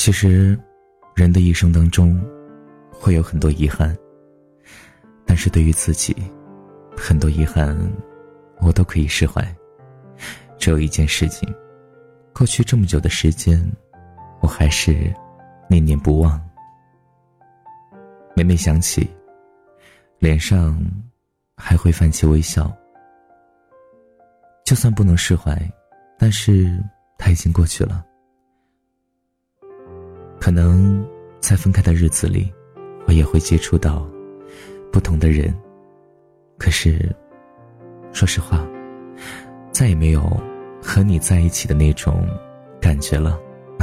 其实人的一生当中会有很多遗憾，但是对于自己，很多遗憾我都可以释怀。只有一件事情，过去这么久的时间，我还是念念不忘。每每想起，脸上还会泛起微笑。就算不能释怀，但是它已经过去了。可能在分开的日子里，我也会接触到不同的人，可是说实话，再也没有和你在一起的那种感觉了。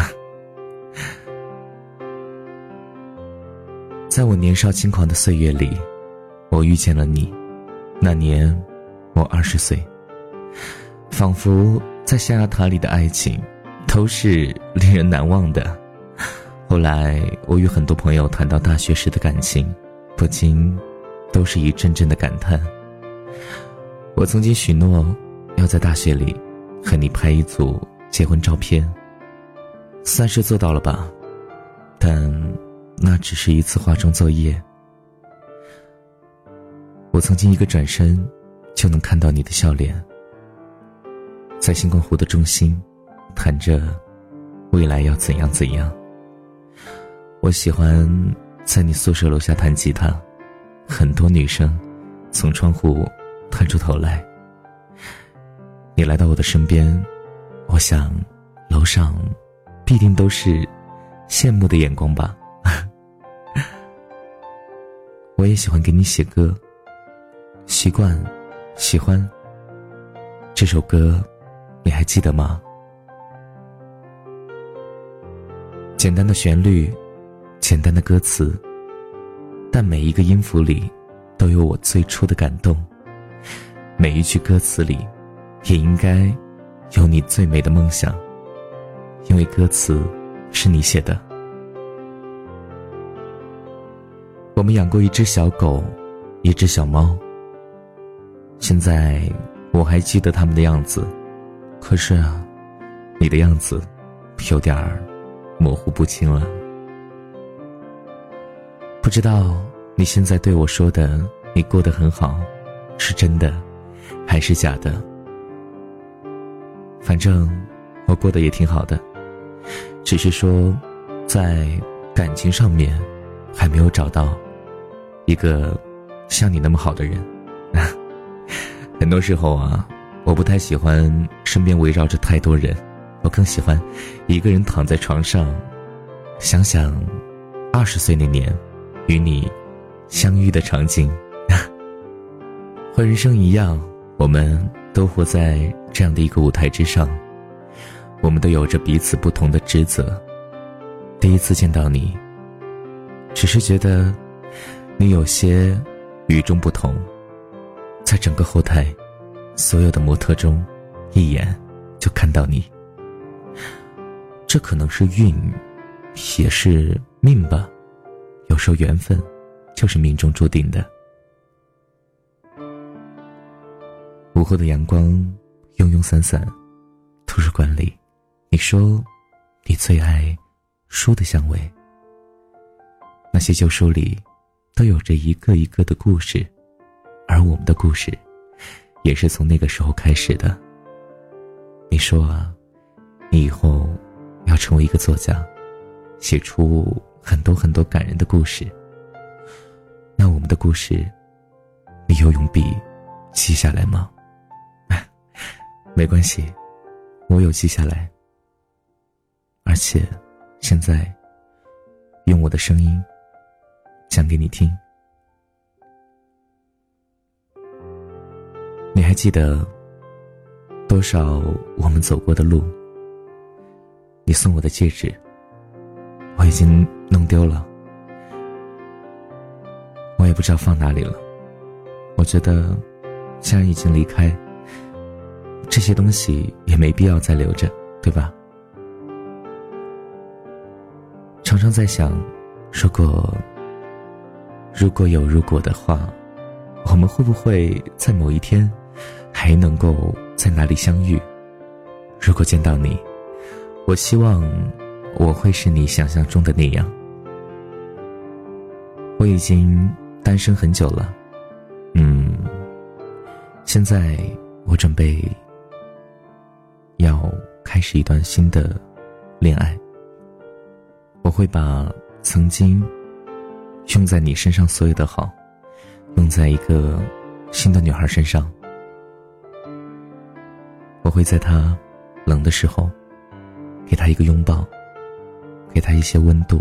在我年少轻狂的岁月里，我遇见了你。那年我20岁，仿佛在象牙塔里的爱情都是令人难忘的。后来我与很多朋友谈到大学时的感情，不禁都是一阵阵的感叹。我曾经许诺要在大学里和你拍一组结婚照片，算是做到了吧，但那只是一次化妆作业。我曾经一个转身就能看到你的笑脸，在星光湖的中心谈着未来要怎样怎样。我喜欢在你宿舍楼下弹吉他，很多女生从窗户探出头来。你来到我的身边，我想楼上必定都是羡慕的眼光吧。我也喜欢给你写歌，习惯喜欢这首歌，你还记得吗？简单的旋律，简单的歌词，但每一个音符里都有我最初的感动，每一句歌词里也应该有你最美的梦想，因为歌词是你写的。我们养过一只小狗，一只小猫，现在我还记得它们的样子，可是啊，你的样子有点模糊不清了。不知道你现在对我说的你过得很好是真的还是假的。反正我过得也挺好的，只是说在感情上面还没有找到一个像你那么好的人。很多时候啊，我不太喜欢身边围绕着太多人，我更喜欢一个人躺在床上，想想20岁那年与你相遇的场景。和人生一样，我们都活在这样的一个舞台之上，我们都有着彼此不同的职责。第一次见到你，只是觉得你有些与众不同，在整个后台所有的模特中，一眼就看到你。这可能是运，也是命吧，有时候缘分就是命中注定的。午后的阳光慵慵散散，图书馆里，你说你最爱书的香味。那些旧书里都有着一个一个的故事，而我们的故事也是从那个时候开始的。你说啊，你以后要成为一个作家，写出很多很多感人的故事。那我们的故事，你有用笔记下来吗？没关系，我有记下来，而且现在用我的声音讲给你听。你还记得多少我们走过的路？你送我的戒指，我已经弄丢了，我也不知道放哪里了。我觉得既然已经离开，这些东西也没必要再留着，对吧？常常在想，如果有如果的话，我们会不会在某一天还能够在哪里相遇？如果见到你，我希望我会是你想象中的那样。我已经单身很久了，现在我准备要开始一段新的恋爱。我会把曾经用在你身上所有的好，用在一个新的女孩身上。我会在她冷的时候给她一个拥抱，给她一些温度。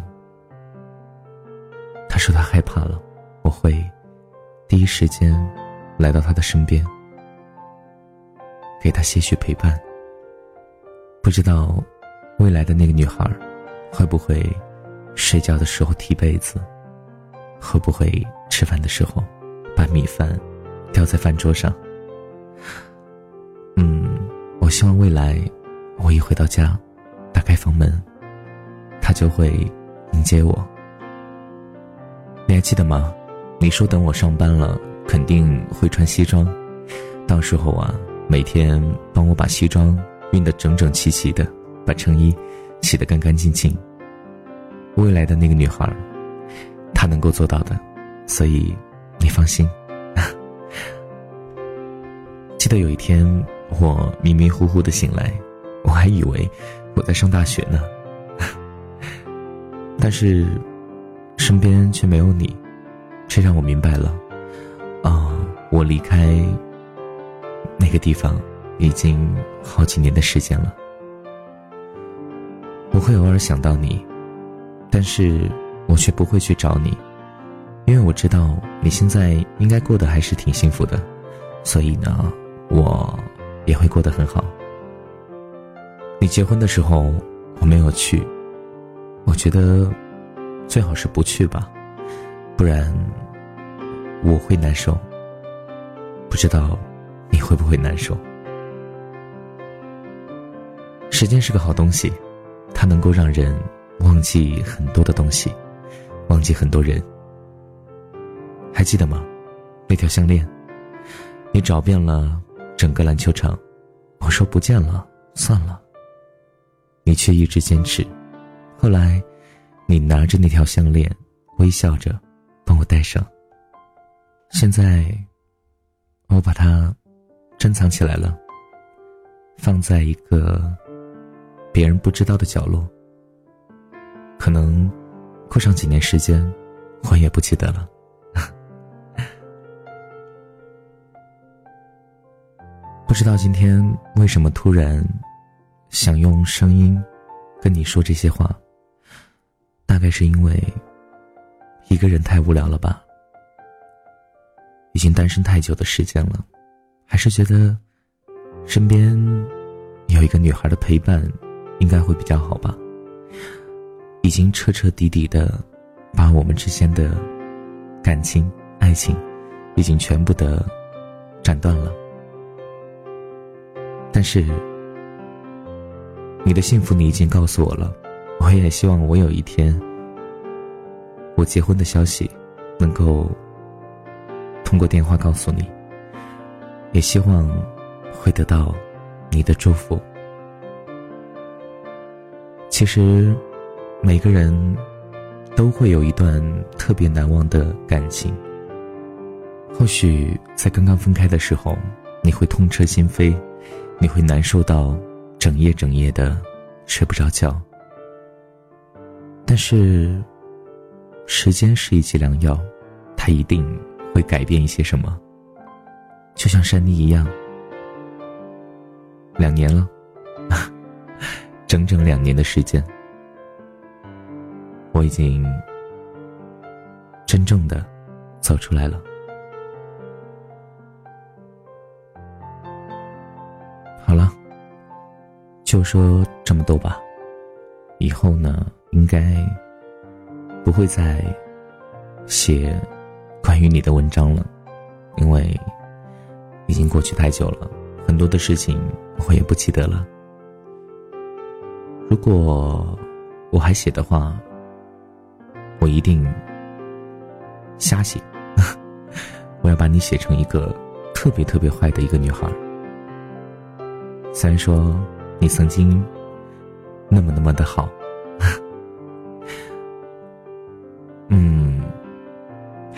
她说她害怕了，我会第一时间来到她的身边，给她些许陪伴。不知道未来的那个女孩会不会睡觉的时候踢被子，会不会吃饭的时候把米饭掉在饭桌上。我希望未来我一回到家，打开房门，她就会迎接我。你还记得吗？你说等我上班了肯定会穿西装，到时候啊，每天帮我把西装熨得整整齐齐的，把衬衣洗得干干净净。未来的那个女孩她能够做到的，所以你放心。记得有一天我迷迷糊糊地醒来，我还以为我在上大学呢，但是身边却没有你，这让我明白了，我离开那个地方已经好几年的时间了。我会偶尔想到你，但是我却不会去找你，因为我知道你现在应该过得还是挺幸福的，所以呢，我也会过得很好。你结婚的时候我没有去，我觉得最好是不去吧，不然我会难受，不知道你会不会难受。时间是个好东西，它能够让人忘记很多的东西，忘记很多人。还记得吗？那条项链，你找遍了整个篮球场，我说不见了，算了，你却一直坚持。后来你拿着那条项链，微笑着帮我戴上。现在我把它珍藏起来了，放在一个别人不知道的角落。可能过上几年时间，我也不记得了。不知道今天为什么突然想用声音跟你说这些话，大概是因为一个人太无聊了吧。已经单身太久的时间了，还是觉得身边有一个女孩的陪伴应该会比较好吧。已经彻彻底底的把我们之间的感情爱情已经全部的斩断了。但是你的幸福你已经告诉我了，我也希望我有一天我结婚的消息能够通过电话告诉你，也希望会得到你的祝福。其实每个人都会有一段特别难忘的感情，或许在刚刚分开的时候你会痛彻心扉，你会难受到整夜整夜的睡不着觉。但是时间是一剂良药，它一定会改变一些什么。就像珊妮一样，2年了整整2年的时间，我已经真正的走出来了。好了，就说这么多吧。以后呢，应该不会再写关于你的文章了，因为已经过去太久了，很多的事情我也不记得了。如果我还写的话，我一定瞎写我要把你写成一个特别特别坏的一个女孩。虽然说你曾经那么的好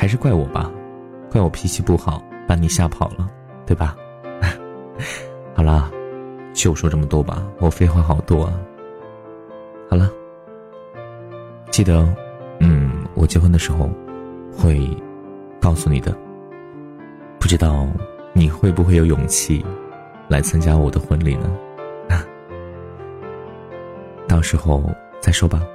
还是怪我吧，怪我脾气不好，把你吓跑了，对吧？好啦，就说这么多吧，我废话好多啊。好了，记得我结婚的时候会告诉你的，不知道你会不会有勇气来参加我的婚礼呢？到时候再说吧。